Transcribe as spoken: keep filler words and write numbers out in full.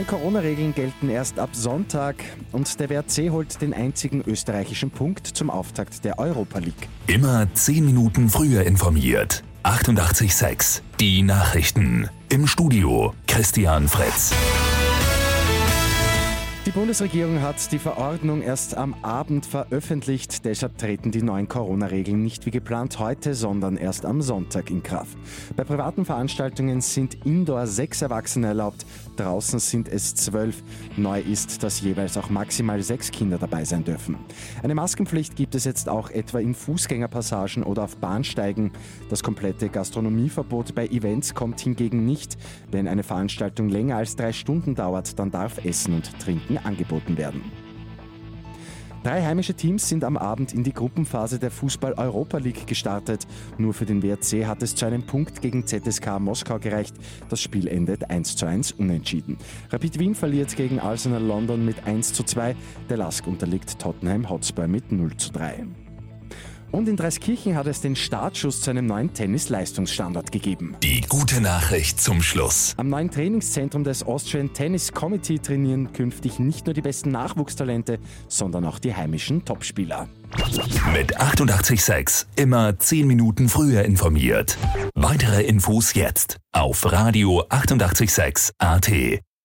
neuen Corona-Regeln gelten erst ab Sonntag und der W R C holt den einzigen österreichischen Punkt zum Auftakt der Europa League. Immer zehn Minuten früher informiert. achtundachtzig Komma sechs. Die Nachrichten. Im Studio Christian Fretz. Die Bundesregierung hat die Verordnung erst am Abend veröffentlicht, deshalb treten die neuen Corona-Regeln nicht wie geplant heute, sondern erst am Sonntag in Kraft. Bei privaten Veranstaltungen sind indoor sechs Erwachsene erlaubt, draußen sind es zwölf. Neu ist, dass jeweils auch maximal sechs Kinder dabei sein dürfen. Eine Maskenpflicht gibt es jetzt auch etwa in Fußgängerpassagen oder auf Bahnsteigen. Das komplette Gastronomieverbot bei Events kommt hingegen nicht. Wenn eine Veranstaltung länger als drei Stunden dauert, dann darf Essen und Trinken angeboten werden. Drei heimische Teams sind am Abend in die Gruppenphase der Fußball-Europa League gestartet. Nur für den W R C hat es zu einem Punkt gegen Z S K Moskau gereicht. Das Spiel endet eins zu eins unentschieden. Rapid Wien verliert gegen Arsenal London mit eins zu zwei. Der Lask unterliegt Tottenham Hotspur mit null zu drei. Und in Dreiskirchen hat es den Startschuss zu einem neuen Tennis-Leistungsstandort gegeben. Die gute Nachricht zum Schluss. Am neuen Trainingszentrum des Austrian Tennis Committee trainieren künftig nicht nur die besten Nachwuchstalente, sondern auch die heimischen Topspieler. Mit achtundachtzig Komma sechs immer zehn Minuten früher informiert. Weitere Infos jetzt auf Radio achtundachtzig Komma sechs A T.